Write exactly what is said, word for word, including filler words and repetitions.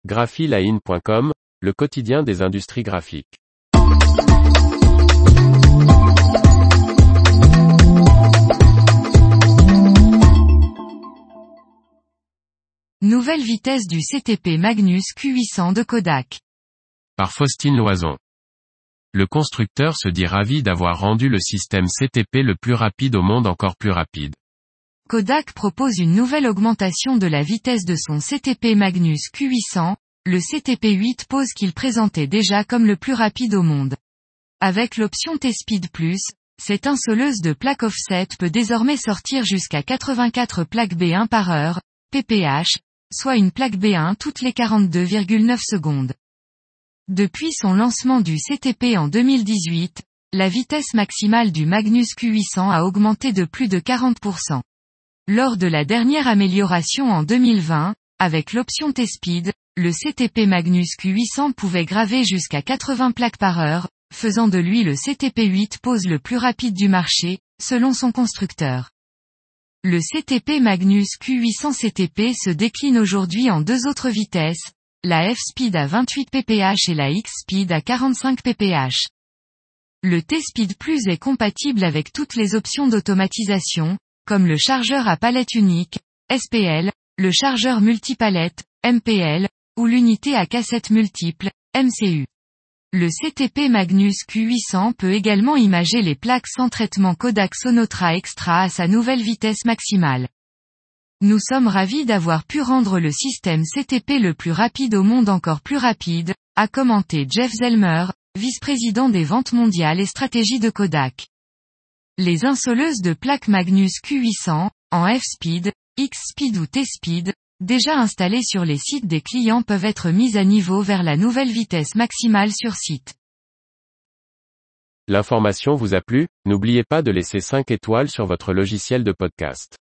graphiline point com, le quotidien des industries graphiques. Nouvelle vitesse du C T P Magnus Q huit cents de Kodak. Par Faustine Loison. Le constructeur se dit ravi d'avoir rendu le système C T P le plus rapide au monde encore plus rapide. Kodak propose une nouvelle augmentation de la vitesse de son C T P Magnus Q huit cents, le C T P huit pose qu'il présentait déjà comme le plus rapide au monde. Avec l'option T-Speed Plus, cette insoleuse de plaque offset peut désormais sortir jusqu'à quatre-vingt-quatre plaques B un par heure, P P H, soit une plaque B un toutes les quarante-deux virgule neuf secondes. Depuis son lancement du C T P en deux mille dix-huit, la vitesse maximale du Magnus Q huit cents a augmenté de plus de quarante pour cent. Lors de la dernière amélioration en deux mille vingt, avec l'option T-Speed, le C T P Magnus Q huit cents pouvait graver jusqu'à quatre-vingts plaques par heure, faisant de lui le C T P huit pose le plus rapide du marché, selon son constructeur. Le C T P Magnus Q huit cents C T P se décline aujourd'hui en deux autres vitesses, la F-Speed à vingt-huit P P H et la X-Speed à quarante-cinq P P H. Le T-Speed Plus est compatible avec toutes les options d'automatisation, comme le chargeur à palette unique, S P L, le chargeur multipalette, M P L, ou l'unité à cassette multiple, M C U. Le C T P Magnus Q huit cents peut également imager les plaques sans traitement Kodak Sonotra Extra à sa nouvelle vitesse maximale. Nous sommes ravis d'avoir pu rendre le système C T P le plus rapide au monde encore plus rapide, a commenté Jeff Zellmer, vice-président des ventes mondiales et stratégie de Kodak. Les insoleuses de plaques Magnus Q huit cents, en F-Speed, X-Speed ou T-Speed, déjà installées sur les sites des clients peuvent être mises à niveau vers la nouvelle vitesse maximale sur site. L'information vous a plu? N'oubliez pas de laisser cinq étoiles sur votre logiciel de podcast.